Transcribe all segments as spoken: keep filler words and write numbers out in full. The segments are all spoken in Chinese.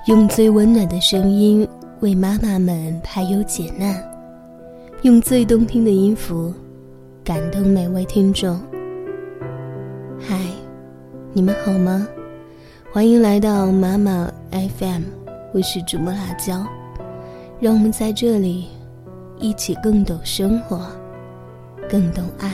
用最温暖的声音为妈妈们排忧解难，用最动听的音符感动每位听众。嗨，你们好吗？欢迎来到妈妈 F M， 我是主播辣椒，让我们在这里一起更懂生活，更懂爱。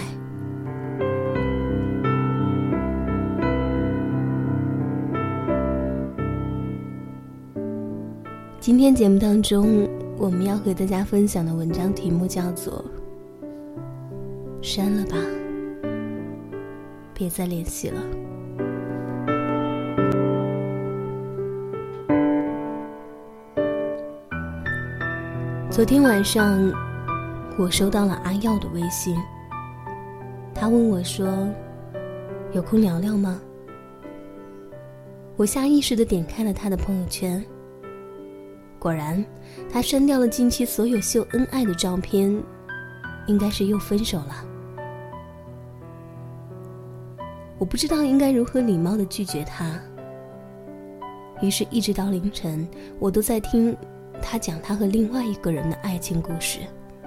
今天节目当中，我们要和大家分享的文章题目叫做删了吧，别再联系了。昨天晚上我收到了阿耀的微信，他问我说有空聊聊吗？我下意识地点开了他的朋友圈，果然他删掉了近期所有秀恩爱的照片，应该是又分手了。我不知道应该如何礼貌地拒绝他，于是一直到凌晨我都在听他讲他和另外一个人的爱情故事。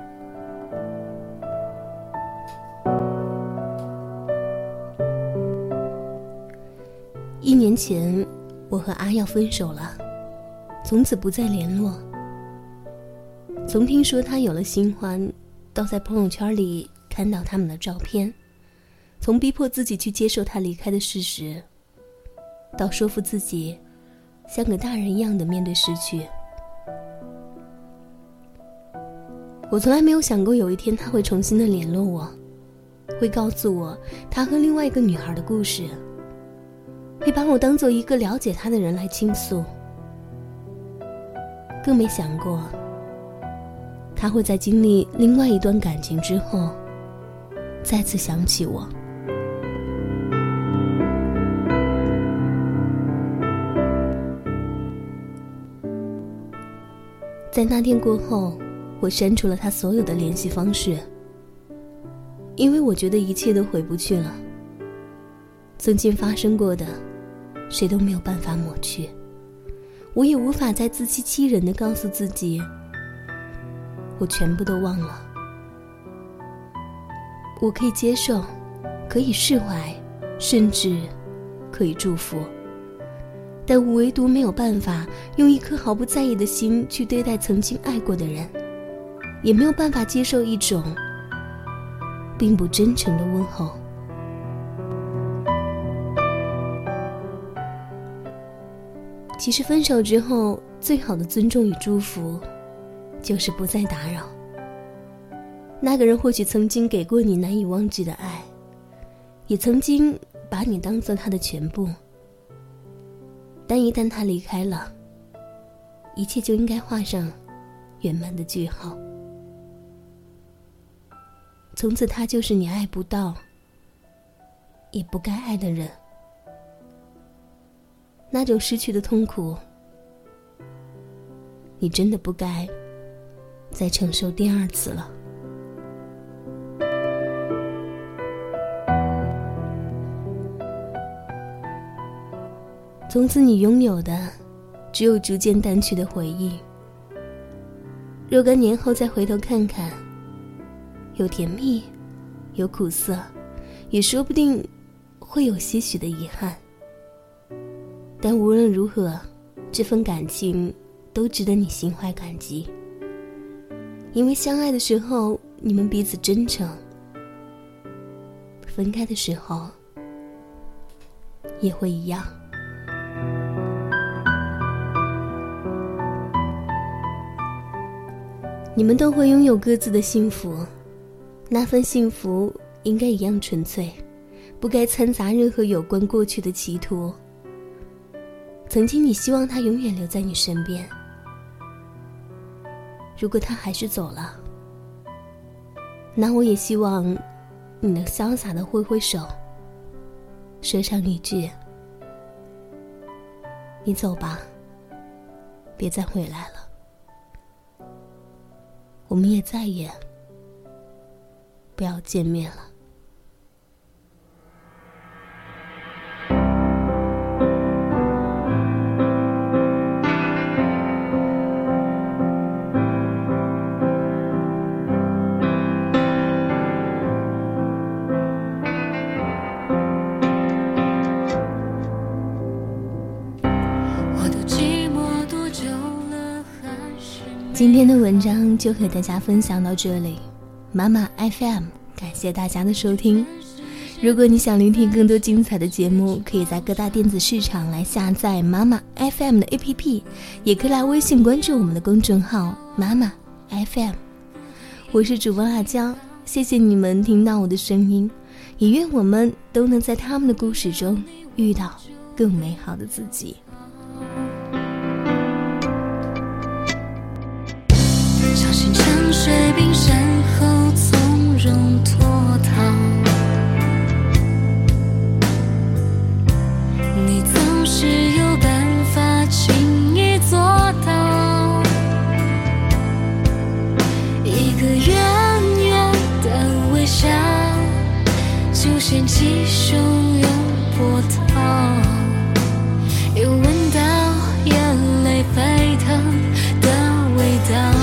一年前我和阿耀分手了，从此不再联络。从听说他有了新欢，到在朋友圈里看到他们的照片，从逼迫自己去接受他离开的事实，到说服自己像个大人一样的面对失去。我从来没有想过有一天他会重新的联络我，会告诉我他和另外一个女孩的故事，会把我当做一个了解他的人来倾诉。更没想过他会在经历另外一段感情之后再次想起我。在那天过后，我删除了他所有的联系方式，因为我觉得一切都回不去了，曾经发生过的谁都没有办法抹去，我也无法再自欺欺人地告诉自己我全部都忘了。我可以接受，可以释怀，甚至可以祝福，但我唯独没有办法用一颗毫不在意的心去对待曾经爱过的人，也没有办法接受一种并不真诚的问候。其实分手之后，最好的尊重与祝福就是不再打扰。那个人或许曾经给过你难以忘记的爱，也曾经把你当作他的全部，但一旦他离开了，一切就应该画上圆满的句号。从此他就是你爱不到也不该爱的人，那种失去的痛苦，你真的不该再承受第二次了。从此你拥有的只有逐渐淡去的回忆，若干年后再回头看看，有甜蜜，有苦涩，也说不定会有些许的遗憾。但无论如何，这份感情都值得你心怀感激，因为相爱的时候你们彼此真诚，分开的时候也会一样。你们都会拥有各自的幸福，那份幸福应该一样纯粹，不该掺杂任何有关过去的企图。曾经你希望他永远留在你身边，如果他还是走了，那我也希望你能潇洒地挥挥手，说上一句你走吧，别再回来了，我们也再也不要见面了。 今天的文章就和大家分享到这里，妈妈 F M， 感谢大家的收听。如果你想聆听更多精彩的节目，可以在各大电子市场来下载妈妈 F M 的 A P P， 也可以来微信关注我们的公众号妈妈 F M。 我是主播辣椒，谢谢你们听到我的声音，也愿我们都能在他们的故事中遇到更美好的自己。 小心沉睡冰山后从容脱逃，你总是有办法轻易做到，一个远远的微笑就掀起汹涌波涛，又闻到眼泪沸腾的味道。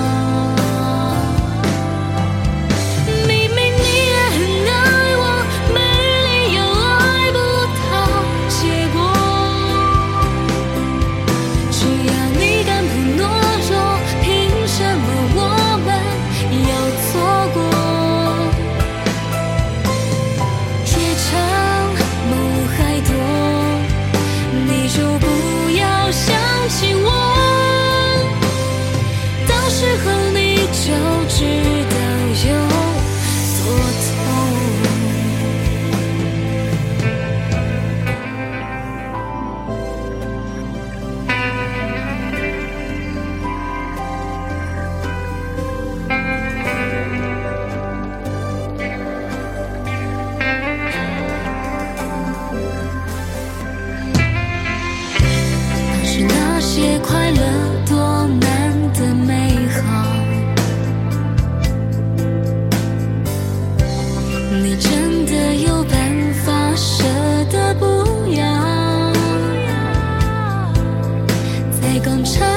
快乐多难得美好，你真的有办法舍得不要，在广场